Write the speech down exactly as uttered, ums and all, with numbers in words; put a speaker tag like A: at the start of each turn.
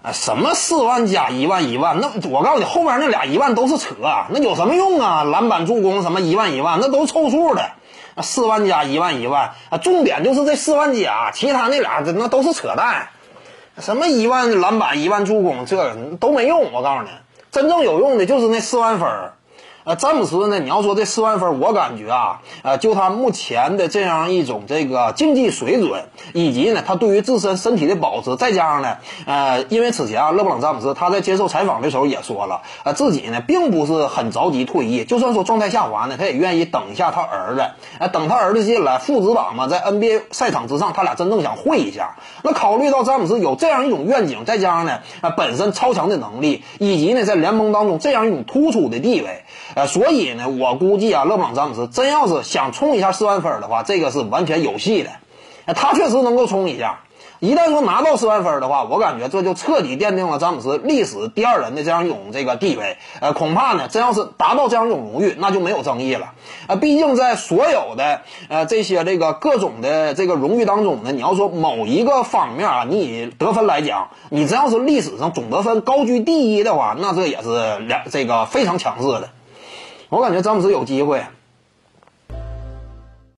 A: 啊，什么四万加一万一万，那我告诉你，后边那俩一万都是扯，那有什么用啊？篮板助攻什么一万一万，那都是凑数的。四万加一万一万啊，重点就是这四万加，其他那俩那都是扯淡。什么一万篮板一万助攻，这都没用。我告诉你，真正有用的就是那四万分。呃，詹姆斯呢？你要说这四万分，我感觉啊，呃，就他目前的这样一种这个竞技水准，以及呢，他对于自身身体的保持，再加上呢，呃，因为此前啊，勒布朗詹姆斯他在接受采访的时候也说了，呃，自己呢并不是很着急退役，就算说状态下滑呢，他也愿意等一下他儿子，呃，等他儿子进来，父子档嘛，在 N B A 赛场之上，他俩真正想会一下。那考虑到詹姆斯有这样一种愿景，再加上呢，呃，本身超强的能力，以及呢，在联盟当中这样一种突出的地位。呃，所以呢，我估计啊，勒布朗詹姆斯真要是想冲一下四万分的话，这个是完全有戏的。呃，他确实能够冲一下。一旦说拿到四万分的话，我感觉这就彻底奠定了詹姆斯历史第二人的这样一种这个地位。呃，恐怕呢，真要是达到这样一种荣誉，那就没有争议了。呃，毕竟在所有的呃这些这个各种的这个荣誉当中呢，你要说某一个方面啊，你以得分来讲，你真要是历史上总得分高居第一的话，那这也是两这个非常强势的。我感觉詹姆斯有机会。